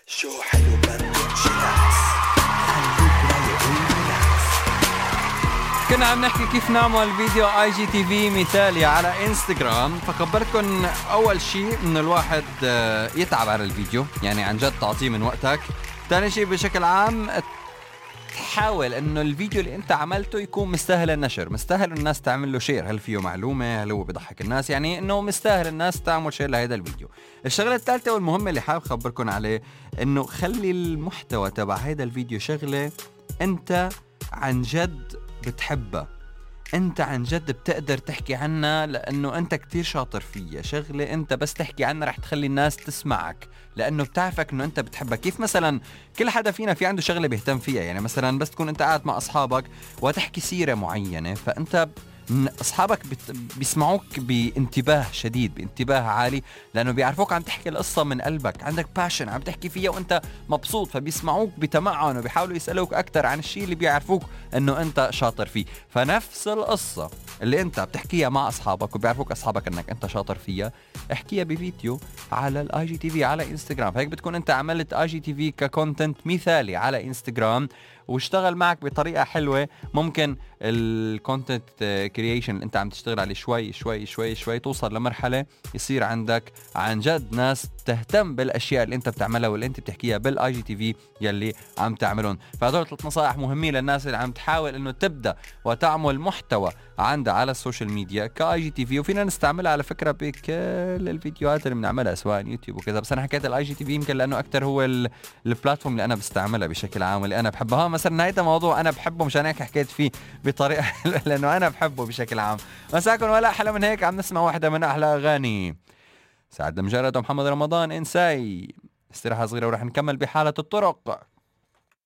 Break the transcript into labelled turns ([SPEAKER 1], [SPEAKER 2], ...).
[SPEAKER 1] شو حلو بدكش ناس خليك رايق وريلاكس.
[SPEAKER 2] كنا عم نحكي كيف نعمل فيديو اي جي تي في مثالي على انستغرام. فخبرتكم اول شيء انه الواحد يتعب على الفيديو، يعني عن جد تعطيه من وقتك. ثاني شيء بشكل عام تحاول انه الفيديو اللي انت عملته يكون مستاهل النشر، مستاهل الناس تعمل له شير، هل فيه معلومة، هل هو بيضحك الناس، يعني انه مستاهل الناس تعمل شير لهذا الفيديو. الشغلة الثالثة والمهمة اللي حابب خبركم عليه انه خلي المحتوى تبع هذا الفيديو شغلة انت عن جد بتحبها، انت عن جد بتقدر تحكي عنها لانه انت كتير شاطر فيها، شغلة انت بس تحكي عنها رح تخلي الناس تسمعك لانه بتعرفك انه انت بتحبها. كيف مثلا كل حدا فينا في عنده شغلة بيهتم فيها، يعني مثلا بس تكون انت قاعد مع اصحابك وتحكي سيرة معينة، فانت اصحابك بيسمعوك بانتباه شديد، بانتباه عالي، لانه بيعرفوك عم تحكي القصة من قلبك، عندك باشن عم تحكي فيها وانت مبسوط، فبيسمعوك بتمعن وبيحاولوا يسألوك اكثر عن الشيء اللي بيعرفوك انه انت شاطر فيه. فنفس القصة اللي انت بتحكيها مع اصحابك وبيعرفوك اصحابك انك انت شاطر فيها، احكيها بفيديو على الاي جي تي في على انستغرام. فهيك بتكون انت عملت اي جي تي في ككونتنت مثالي على انستغرام واشتغل معك بطريقة حلوة. ممكن الكونتنت كرييشن اللي انت عم تشتغل عليه شوي شوي شوي شوي توصل لمرحلة يصير عندك عن جد ناس تهتم بالاشياء اللي انت بتعملها واللي انت بتحكيها بالاي جي تي في يلي عم تعملون. فهدول 3 نصائح مهمين للناس اللي عم تحاول انه تبدا وتعمل محتوى عندها على السوشيال ميديا كاي جي تي في، وفينا نستعملها على فكرة بكل الفيديوهات اللي بنعملها سواء يوتيوب وكذا. بس انا حكيت الاي جي تي في يمكن لانه اكثر هو البلاتفورم اللي انا بستعملها بشكل عام واللي انا بحبها. مثلا هيدا موضوع انا بحبه مشان هيك حكيت فيه بطريقه لانه انا بحبه بشكل عام. مساكن ولا احلى من هيك، عم نسمع واحده من احلى اغاني سعد المجرد ومحمد رمضان انساي. استراحه صغيره ورح نكمل بحاله الطرق.